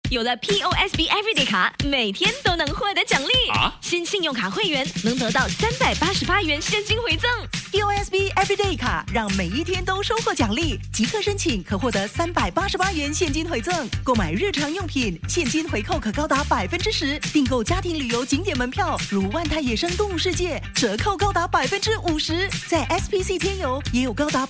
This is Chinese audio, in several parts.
有了 POSB Everyday 卡，每天都能获得奖励啊！新信用卡会员能得到388元现金回赠。 POSB Everyday 卡让每一天都收获奖励，即刻申请可获得388元现金回赠。购买日常用品，现金回扣可高达10%；订购家庭旅游景点门票，如万泰野生动物世界，折扣高达50%。在 SPC 天游也有高达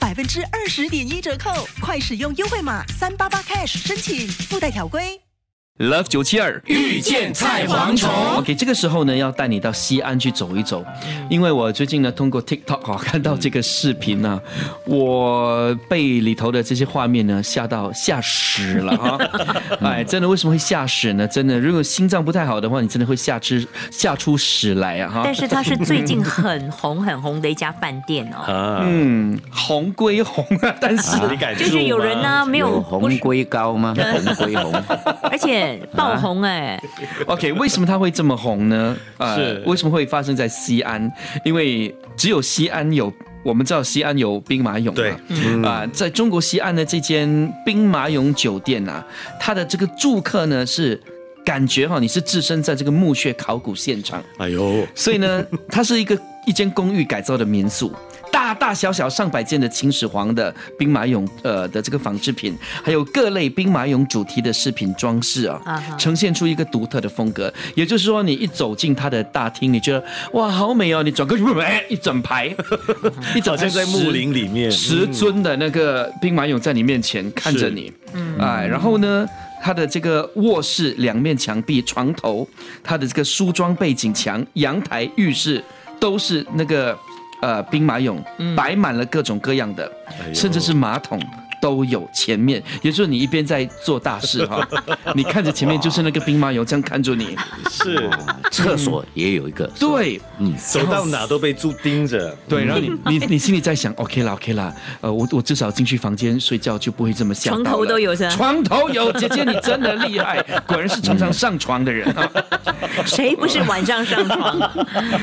20.1%折扣，快使用优惠码388cash申请，附带条规。 Love 972 遇见菜蝗虫。 OK， 这个时候呢，要带你到西安去走一走，因为我最近呢，通过 TikTok 看到这个视频呢，我被里头的这些画面呢吓死了哈！哎，真的，为什么会吓死呢？真的，如果心脏不太好的话，你真的会吓出屎来啊！哈！ 但是它是最近很红的一家饭店哦。 红归红啊，但是你敢住吗？ 就是有人呢没有红龟高吗？红归红， 而且爆红哎。 OK， 为什么它会这么红呢？ 是为什么会发生在西安？因为只有西安有。我们知道西安有兵马俑， 对， 在中国西安的这间兵马俑酒店啊，它的这个住客呢是感觉你是置身在这个墓穴考古现场， 哎呦， 所以呢，它是一间公寓改造的民宿。大小上百件的秦始皇的兵马俑的这个仿制品，还有各类兵马俑主题的饰品装饰啊，呈现出一个独特的风格。也就是说，你一走进它的大厅，你觉得哇好美哦，你转过去一整排， 好像在木林里面 10尊的那个兵马俑在你面前看着你，然后呢，它的这个卧室两面墙壁、床头，它的这个梳妆背景墙、阳台、浴室都是那个。兵马俑摆满了各种各样的，甚至是马桶都有。前面，也就是你一边在做大事哈，你看着前面就是那个兵马俑这样看着你。 是， 厕所也有一个。 对， 走到哪都被猪盯着。 对，然后你心里在想 ，OK 啦，我至少进去房间睡觉就不会这么吓到了。 床头都有是吧？ 床头有，姐姐你真的厉害，果然是常常上床的人啊。 谁不是晚上上床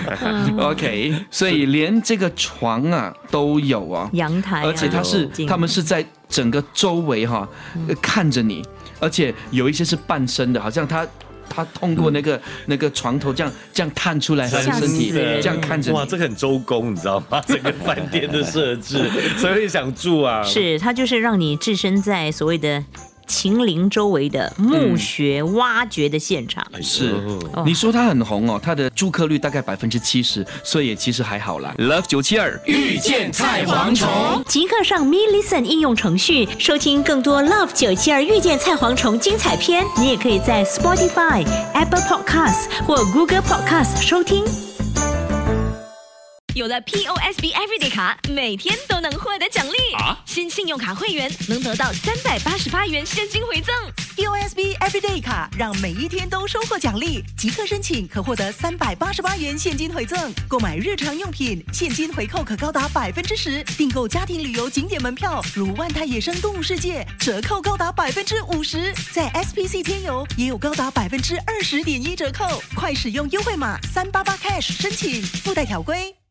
？OK， 所以连这个床啊都有啊， 阳台， 而且他们是在整个周围看着你，而且有一些是半身的，好像他通过那个床头这样探出来他的身体，这样看着你。 哇，这个很周公，你知道吗？整个饭店的设置，所以会想住啊。 是，它就是让你置身在所谓的秦陵周围的墓穴挖掘的现场。 是，你说它很红哦，它的住客率大概70%，所以其实还好啦。Love 972 遇见菜蝗虫， 即刻上 Me Listen 应用程序收听更多 Love 972遇见菜蝗虫精彩片。你也可以在 Spotify、Apple Podcasts 或 Google Podcasts 收听。 有了 POSB Everyday 卡，每天都能获得奖励啊！新信用卡会员能得到388元现金回赠。 POSB Everyday 卡让每一天都收获奖励，即刻申请可获得388元现金回赠。购买日常用品，现金回扣可高达10%；订购家庭旅游景点门票，如万泰野生动物世界，折扣高达50%。在 SPC 天游也有高达20.1%折扣，快使用优惠码388cash申请，附带条规。